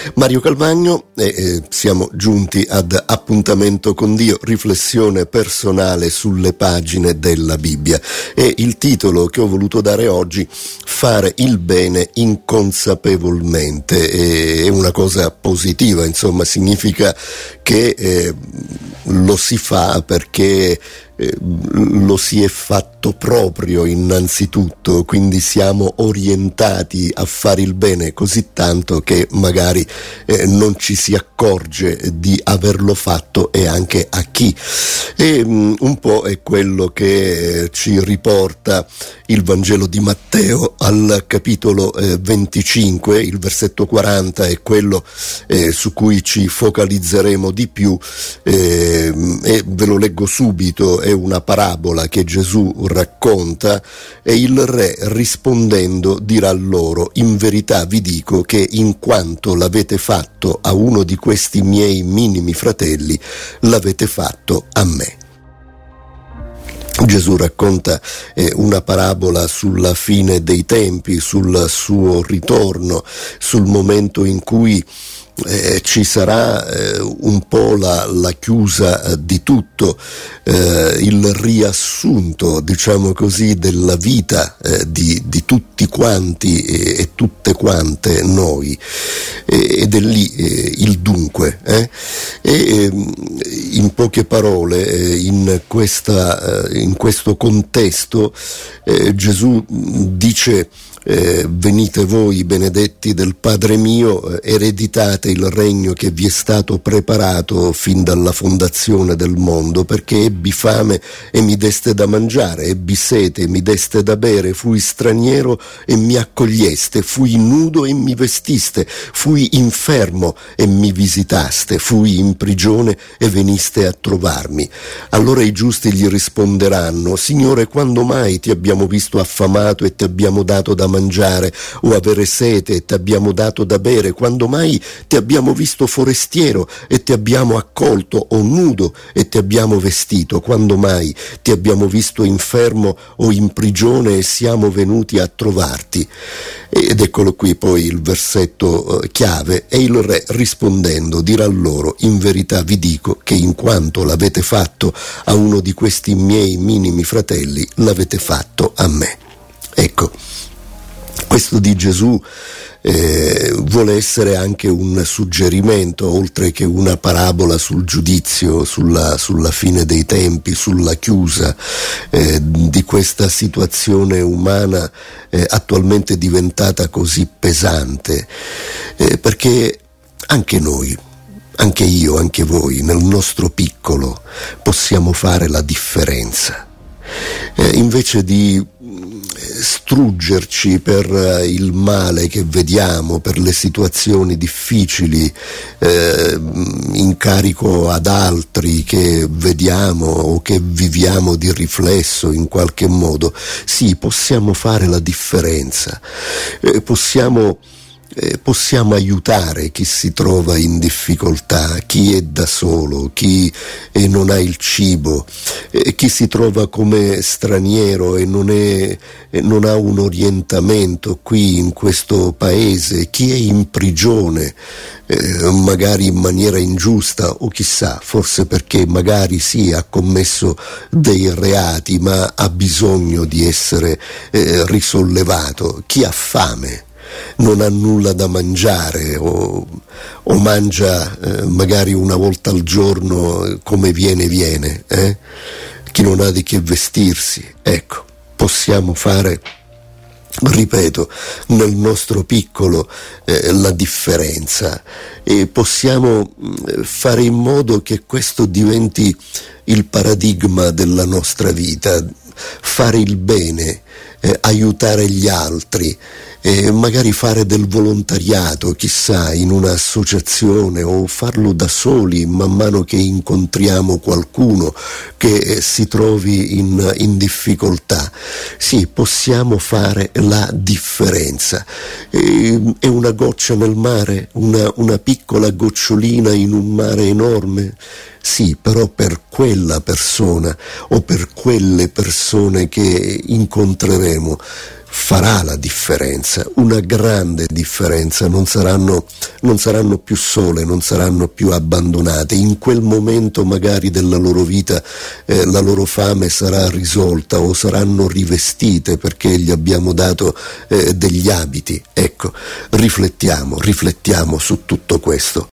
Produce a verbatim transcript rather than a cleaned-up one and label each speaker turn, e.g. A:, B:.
A: Mario Calvagno e eh, siamo giunti ad Appuntamento con Dio, riflessione personale sulle pagine della Bibbia, e il titolo che ho voluto dare oggi: fare il bene inconsapevolmente. È una cosa positiva, insomma, significa che eh, lo si fa perché eh, lo si è fatto proprio innanzitutto, quindi siamo orientati a fare il bene così tanto che magari eh, non ci si accorge di averlo fatto, e anche a chi. E um, un po' è quello che eh, ci riporta il Vangelo di Matteo al capitolo eh, venticinque, il versetto quaranta è quello eh, su cui ci focalizzeremo di più, eh, e ve lo leggo subito. È una parabola che Gesù racconta, e il re rispondendo dirà loro: in verità vi dico che in quanto l'avete fatto a uno di questi miei minimi fratelli, l'avete fatto a me. Gesù racconta eh, una parabola sulla fine dei tempi, sul suo ritorno, sul momento in cui Eh, ci sarà eh, un po' la, la chiusa eh, di tutto, eh, il riassunto, diciamo così, della vita eh, di, di tutti quanti e, e tutte quante noi, e, ed è lì eh, il dunque. Eh? E eh, in poche parole, eh, in, questa, eh, in questo contesto, eh, Gesù dice: Eh, venite voi benedetti del Padre mio, eh, ereditate il regno che vi è stato preparato fin dalla fondazione del mondo, perché ebbi fame e mi deste da mangiare, ebbi sete e mi deste da bere, fui straniero e mi accoglieste, fui nudo e mi vestiste, fui infermo e mi visitaste, fui in prigione e veniste a trovarmi. Allora i giusti gli risponderanno: Signore, quando mai ti abbiamo visto affamato e ti abbiamo dato da mangiare, o avere sete e ti abbiamo dato da bere? Quando mai ti abbiamo visto forestiero e ti abbiamo accolto, o nudo e ti abbiamo vestito? Quando mai ti abbiamo visto infermo o in prigione e siamo venuti a trovarti? Ed eccolo qui poi il versetto eh, chiave: e il re rispondendo dirà loro: in verità vi dico che in quanto l'avete fatto a uno di questi miei minimi fratelli, l'avete fatto a me. Ecco, questo di Gesù eh, vuole essere anche un suggerimento, oltre che una parabola sul giudizio, sulla, sulla fine dei tempi, sulla chiusa eh, di questa situazione umana eh, attualmente diventata così pesante, eh, perché anche noi, anche io, anche voi, nel nostro piccolo possiamo fare la differenza. Eh, invece di struggerci per il male che vediamo, per le situazioni difficili eh, in carico ad altri che vediamo o che viviamo di riflesso in qualche modo, sì, possiamo fare la differenza, eh, possiamo Eh, possiamo aiutare chi si trova in difficoltà, chi è da solo, chi eh, non ha il cibo, eh, chi si trova come straniero e non, è, eh, non ha un orientamento qui in questo paese, chi è in prigione, eh, magari in maniera ingiusta, o chissà, forse perché magari sì, ha commesso dei reati ma ha bisogno di essere eh, risollevato, chi ha fame, non ha nulla da mangiare, o, o mangia eh, magari una volta al giorno come viene viene, eh? Chi non ha di che vestirsi. Ecco, possiamo fare, ripeto, nel nostro piccolo eh, la differenza, e possiamo fare in modo che questo diventi il paradigma della nostra vita: fare il bene, eh, aiutare gli altri, e magari fare del volontariato, chissà, in un'associazione, o farlo da soli man mano che incontriamo qualcuno che si trovi in, in difficoltà. Sì, possiamo fare la differenza. E, è una goccia nel mare, una, una piccola gocciolina in un mare enorme. Sì, però per quella persona o per quelle persone che incontreremo farà la differenza, una grande differenza. Non saranno, non saranno più sole, non saranno più abbandonate. In quel momento magari della loro vita eh, la loro fame sarà risolta o saranno rivestite perché gli abbiamo dato eh, degli abiti. Ecco, riflettiamo, riflettiamo su tutto questo.